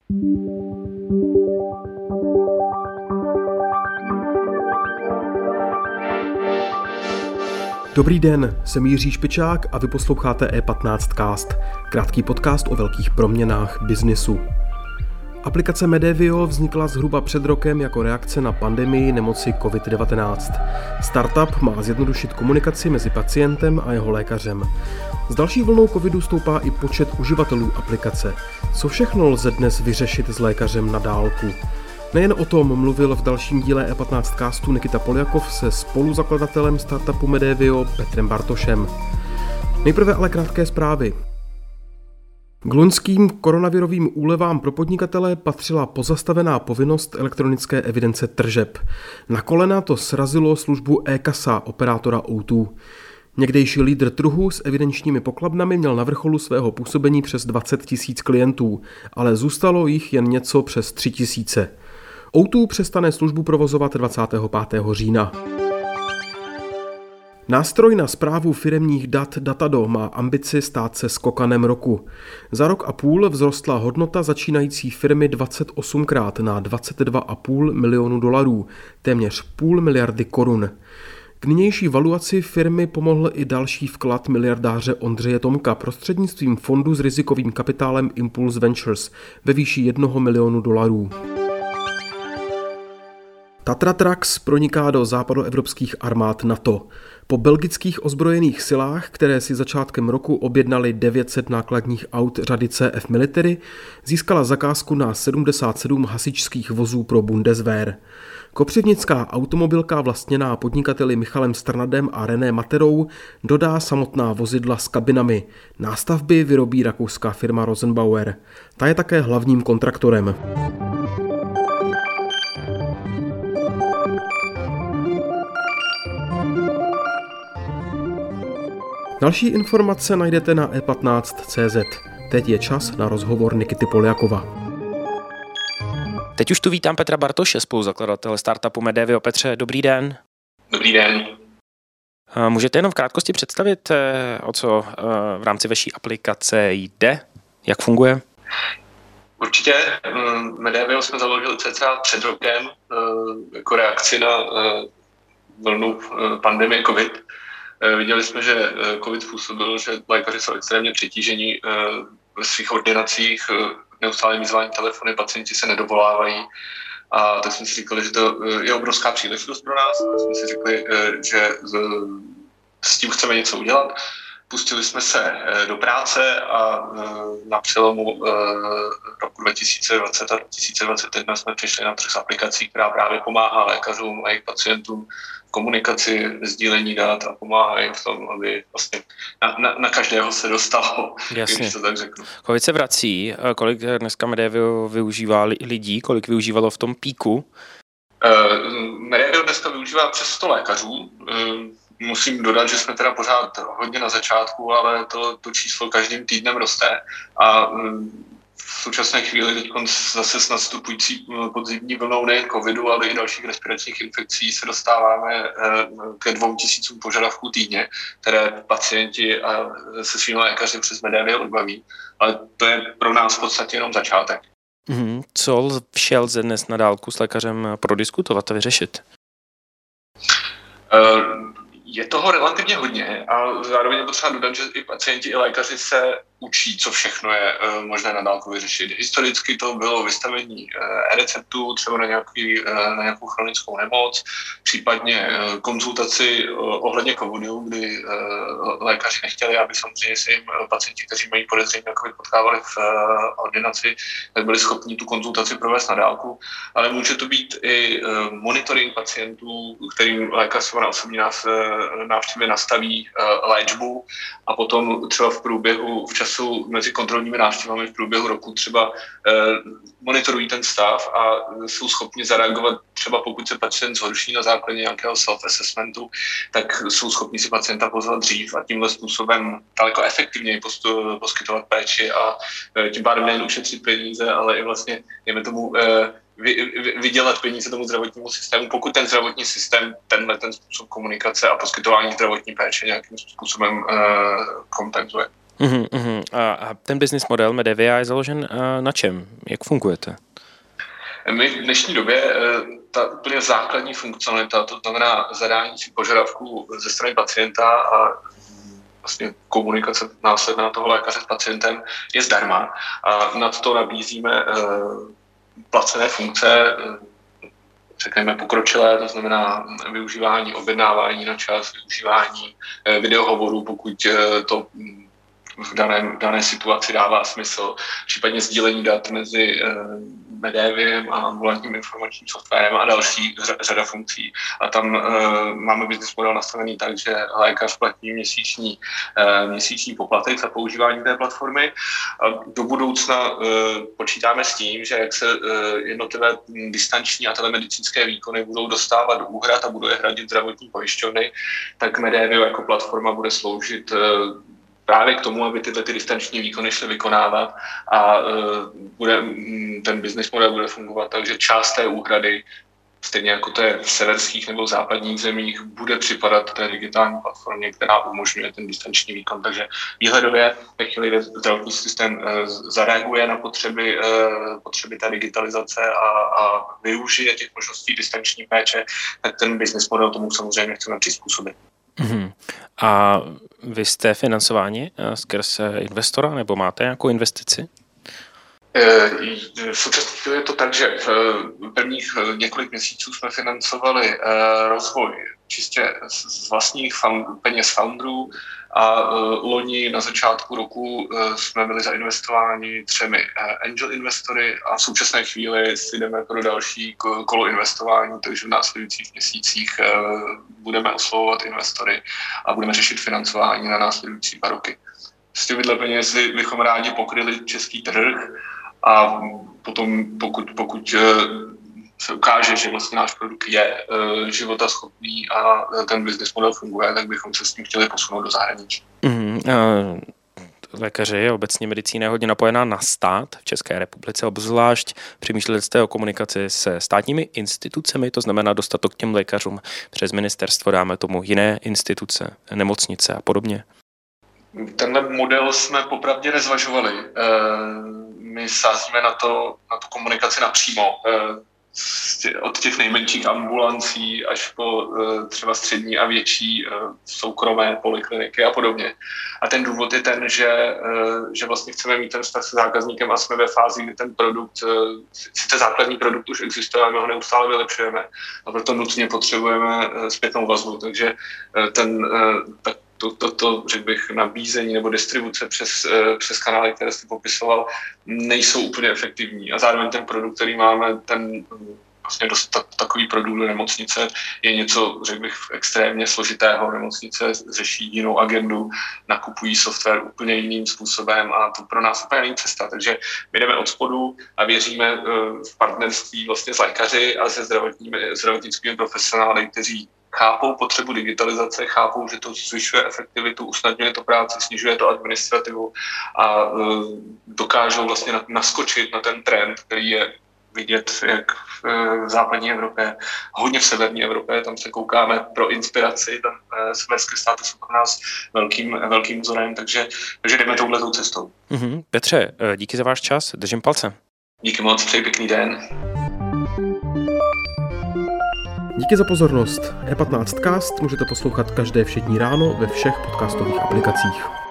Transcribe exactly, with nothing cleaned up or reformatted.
Dobrý den, jsem Jiří Špičák a vy posloucháte E patnáct Cast, krátký podcast o velkých proměnách biznisu. Aplikace Medevio vznikla zhruba před rokem jako reakce na pandemii nemoci covid devatenáct. Startup má zjednodušit komunikaci mezi pacientem a jeho lékařem. S další vlnou covidu stoupá i počet uživatelů aplikace. Co všechno lze dnes vyřešit s lékařem na dálku? Nejen o tom mluvil v dalším díle E patnáct Castu Nikita Poljakov se spoluzakladatelem startupu Medevio Petrem Bartošem. Nejprve ale krátké zprávy. K loňským koronavirovým úlevám pro podnikatele patřila pozastavená povinnost elektronické evidence tržeb. Na kolena to srazilo službu e-kasa operátora O dva. Někdejší lídr trhu s evidenčními pokladnami měl na vrcholu svého působení přes dvacet tisíc klientů, ale zůstalo jich jen něco přes tři tisíce. O dva přestane službu provozovat dvacátého pátého října. Nástroj na správu firemních dat Datado má ambici stát se skokanem roku. Za rok a půl vzrostla hodnota začínající firmy dvacet osmkrát na dvacet dva a půl milionu dolarů, téměř půl miliardy korun. K nynější valuaci firmy pomohl i další vklad miliardáře Ondřeje Tomka prostřednictvím fondu s rizikovým kapitálem Impulse Ventures ve výši jednoho milionu dolarů. Tatra Trucks proniká do západoevropských armád NATO. Po belgických ozbrojených silách, které si začátkem roku objednali devět set nákladních aut řady C F Military, získala zakázku na sedmdesát sedm hasičských vozů pro Bundeswehr. Kopřivnická automobilka vlastněná podnikateli Michalem Strnadem a René Materou dodá samotná vozidla s kabinami. Nástavby vyrobí rakouská firma Rosenbauer. Ta je také hlavním kontraktorem. Další informace najdete na e patnáct tečka cé zet. Teď je čas na rozhovor Nikity Poljakova. Teď už tu vítám Petra Bartoše, spoluzakladatele startupu Medevio. Petře, dobrý den. Dobrý den. Můžete jenom v krátkosti představit, o co v rámci vaší aplikace jde? Jak funguje? Určitě. Medevio jsme založili cca před rokem jako reakci na vlnu pandemie COVID. Viděli jsme, že COVID způsobil, že lékaři jsou extrémně přetížení ve svých ordinacích, neustále vyzvání telefony, pacienti se nedovolávají. A tak jsme si říkali, že to je obrovská příležitost pro nás. Tak jsme si řekli, že s tím chceme něco udělat. Pustili jsme se do práce a na přelomu roku dva tisíce dvacet a dva tisíce dvacet jedna jsme přišli na trh s aplikací, která právě pomáhá lékařům a jejich pacientům v komunikaci, sdílení dat a pomáhá jim v tom, aby vlastně na, na, na každého se dostalo, když to tak řeknu. Kolik se vrací, kolik dneska Medevio využívá lidí, kolik využívalo v tom píku? Uh, Medevio dneska využívá přes sto lékařů. Uh, Musím dodat, že jsme teda pořád hodně na začátku, ale to, to číslo každým týdnem roste a v současné chvíli teď zase s nastupující podzimní vlnou nejen covidu, ale i dalších respiračních infekcí se dostáváme ke dvou tisícům požadavků týdně, které pacienti a se svými lékaři přes Medevio odbaví, ale to je pro nás v podstatě jenom začátek. Mm, co vše lze dnes na dálku s lékařem prodiskutovat a vyřešit? Uh, Je toho relativně hodně a zároveň je potřeba dodat, že i pacienti, i lékaři se učí, co všechno je uh, možné na dálku vyřešit. Historicky to bylo vystavení uh, e-receptů, třeba na, nějaký, uh, na nějakou chronickou nemoc, případně uh, konzultaci uh, ohledně covidu, kdy uh, lékaři nechtěli, aby samozřejmě si jim uh, pacienti, kteří mají podezření na covid, potkávali v uh, ordinaci, tak byli schopni tu konzultaci provést na dálku. Ale může to být i uh, monitoring pacientů, kterým lékař na osobní nás, uh, návštěvě nastaví uh, léčbu a potom třeba v průběhu v čas jsou mezi kontrolními návštěvami v průběhu roku třeba eh, monitorují ten stav a jsou schopni zareagovat třeba pokud se pacient zhorší na základě nějakého self-assessmentu, tak jsou schopni si pacienta pozvat dřív a tímhle způsobem daleko efektivněji postu, poskytovat péči a eh, tím pádem nejen ušetřit peníze, ale i vlastně, dejme tomu, eh, vy, vy, vydělat peníze tomu zdravotnímu systému, pokud ten zdravotní systém tenhle ten způsob komunikace a poskytování zdravotní péče nějakým způsobem eh, kompenzuje. Uhum, uhum. A ten business model Medevia je založen na čem? Jak fungujete? My v dnešní době ta úplně základní funkcionalita, to znamená zadání si požadavků ze strany pacienta a vlastně komunikace následná toho lékaře s pacientem je zdarma. A nad to nabízíme placené funkce, řekněme pokročilé, to znamená využívání objednávání na čas, využívání videohovorů, pokud to v dané, v dané situaci dává smysl, případně sdílení dat mezi Medeviem a ambulantním informačním softwarem a další řada funkcí. A tam uh, máme business model nastavený tak, že lékař platí měsíční, uh, měsíční poplatek za používání té platformy. A do budoucna uh, počítáme s tím, že jak se uh, jednotlivé distanční a telemedicínské výkony budou dostávat do úhrad a budou je hradit zdravotní pojišťovny, tak Medevio jako platforma bude sloužit uh, právě k tomu, aby tyhle ty distanční výkony šly vykonávat a uh, bude, ten business model bude fungovat tak, že část té úhrady, stejně jako to je v severských nebo v západních zemích, bude připadat té digitální platformě, která umožňuje ten distanční výkon. Takže výhledově ve chvíli zdravotní systém uh, zareaguje na potřeby, uh, potřeby té digitalizace a, a využije těch možností distanční péče, tak ten business model tomu samozřejmě chceme přizpůsobit. Uhum. A vy jste financováni skrz investora, nebo máte nějakou investici? V současné chvíli je to tak, že v prvních několik měsíců jsme financovali rozvoj čistě z vlastních peněz founderů a loni na začátku roku jsme byli zainvestováni třemi angel investory a v současné chvíli si jdeme pro další kolo investování, takže v následujících měsících budeme oslovovat investory a budeme řešit financování na následující dva roky. S těmihle penězi bychom rádi pokryli český trh a potom, pokud, pokud se ukáže, že vlastně náš produkt je uh, životaschopný a ten business model funguje, tak bychom se s tím chtěli posunout do zahraničí. Mm, uh, lékaři, obecně medicína je hodně napojená na stát v České republice, obzvlášť přemýšleli jste o komunikaci se státními institucemi, to znamená dostat to k těm lékařům přes ministerstvo, dáme tomu jiné instituce, nemocnice a podobně. Tenhle model jsme popravdě nezvažovali. My sázíme na to, na tu komunikaci napřímo. Od těch nejmenších ambulancí až po třeba střední a větší soukromé polikliniky a podobně. A ten důvod je ten, že, že vlastně chceme mít ten vztah se zákazníkem a jsme ve fázi, kdy ten produkt, sice základní produkt už existuje, ale my ho neustále vylepšujeme. A proto nutně potřebujeme zpětnou vazbu. Takže ten tak To, to, to, řekl bych, nabízení nebo distribuce přes, přes kanály, které jste popisoval, nejsou úplně efektivní. A zároveň ten produkt, který máme, ten vlastně dostat takový produkt do nemocnice, je něco, řekl bych, extrémně složitého. Nemocnice řeší jinou agendu, nakupují software úplně jiným způsobem a to pro nás úplně není cesta. Takže my jdeme od spodu a věříme v partnerství vlastně s lékaři a se zdravotnickými profesionály, kteří chápou potřebu digitalizace, chápou, že to zvyšuje efektivitu, usnadňuje to práci, snižuje to administrativu a uh, dokážou vlastně naskočit na ten trend, který je vidět jak v západní Evropě, hodně v severní Evropě, tam se koukáme pro inspiraci, tam severské státy jsou pro nás velkým, velkým vzorem, takže, takže jdeme touhletou cestou. Mm-hmm. Petře, díky za váš čas, držím palce. Díky moc, přeji pěkný den. Díky za pozornost. E patnáct Cast můžete poslouchat každé všední ráno ve všech podcastových aplikacích.